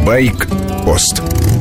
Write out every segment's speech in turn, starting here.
Байк-пост.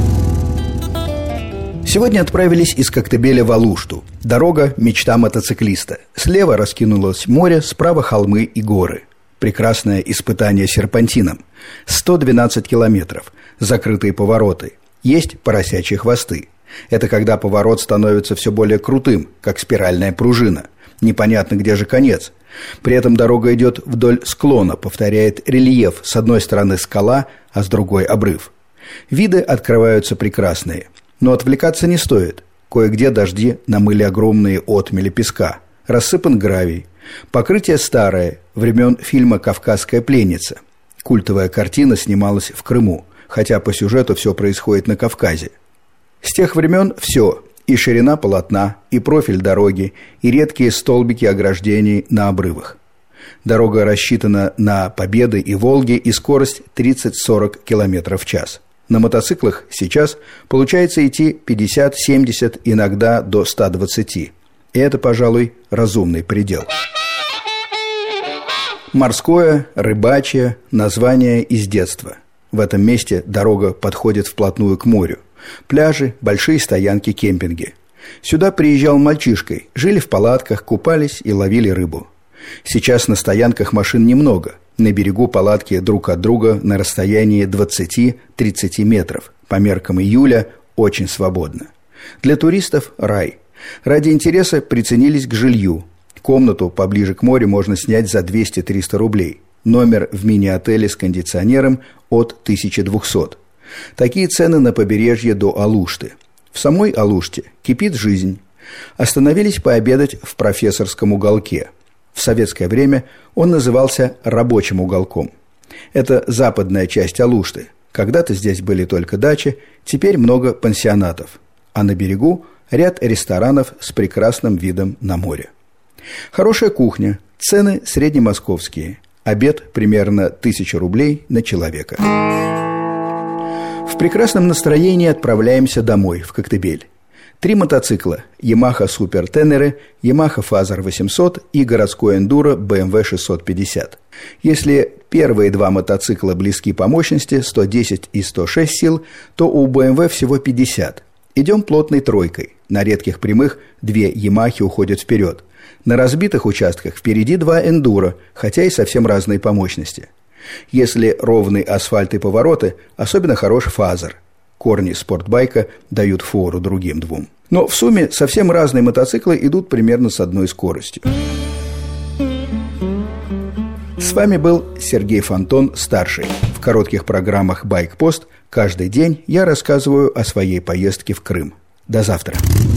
Сегодня отправились из Коктебеля в Алушту. Дорога – мечта мотоциклиста. Слева раскинулось море, справа холмы и горы. Прекрасное испытание серпантином. 112 километров. Закрытые повороты. Есть поросячьи хвосты. Это когда поворот становится все более крутым, как спиральная пружина. Непонятно, где же конец. При этом дорога идет вдоль склона, повторяет рельеф. С одной стороны скала, а с другой обрыв. Виды открываются прекрасные. Но отвлекаться не стоит. Кое-где дожди намыли огромные отмели песка. Рассыпан гравий. Покрытие старое, времен фильма «Кавказская пленница». Культовая картина снималась в Крыму, хотя по сюжету все происходит на Кавказе. С тех времен все. И ширина полотна, и профиль дороги, и редкие столбики ограждений на обрывах. Дорога рассчитана на Победы и Волги, и скорость 30-40 км в час. На мотоциклах сейчас получается идти 50-70, иногда до 120. И это, пожалуй, разумный предел. Морское, рыбачье, название из детства. В этом месте дорога подходит вплотную к морю. Пляжи, большие стоянки, кемпинги. Сюда приезжал мальчишкой, жили в палатках, купались и ловили рыбу. Сейчас на стоянках машин немного. На берегу палатки друг от друга на расстоянии 20-30 метров. По меркам июля очень свободно. Для туристов рай. Ради интереса приценились к жилью. Комнату поближе к морю можно снять за 200-300 рублей. Номер в мини-отеле с кондиционером от 1200. Такие цены на побережье до Алушты. В самой Алуште кипит жизнь. Остановились пообедать в профессорском уголке. В советское время он назывался рабочим уголком. Это западная часть Алушты. Когда-то здесь были только дачи, теперь много пансионатов. А на берегу ряд ресторанов с прекрасным видом на море. Хорошая кухня, цены среднемосковские. Обед примерно 1000 рублей на человека. В прекрасном настроении отправляемся домой, в Коктебель. 3 мотоцикла – Yamaha Super Tenere, Yamaha Fazer 800 и городской эндуро BMW 650. Если первые 2 мотоцикла близки по мощности, 110 и 106 сил, то у BMW всего 50. Идем плотной тройкой. На редких прямых 2 Yamaha уходят вперед. На разбитых участках впереди 2 эндуро, хотя и совсем разные по мощности. Если ровный асфальт и повороты, особенно хорош Фазер. Корни спортбайка дают фору другим 2. Но в сумме совсем разные мотоциклы идут примерно с одной скоростью. С вами был Сергей Фонтон-старший. В коротких программах «Байк-пост» каждый день я рассказываю о своей поездке в Крым. До завтра.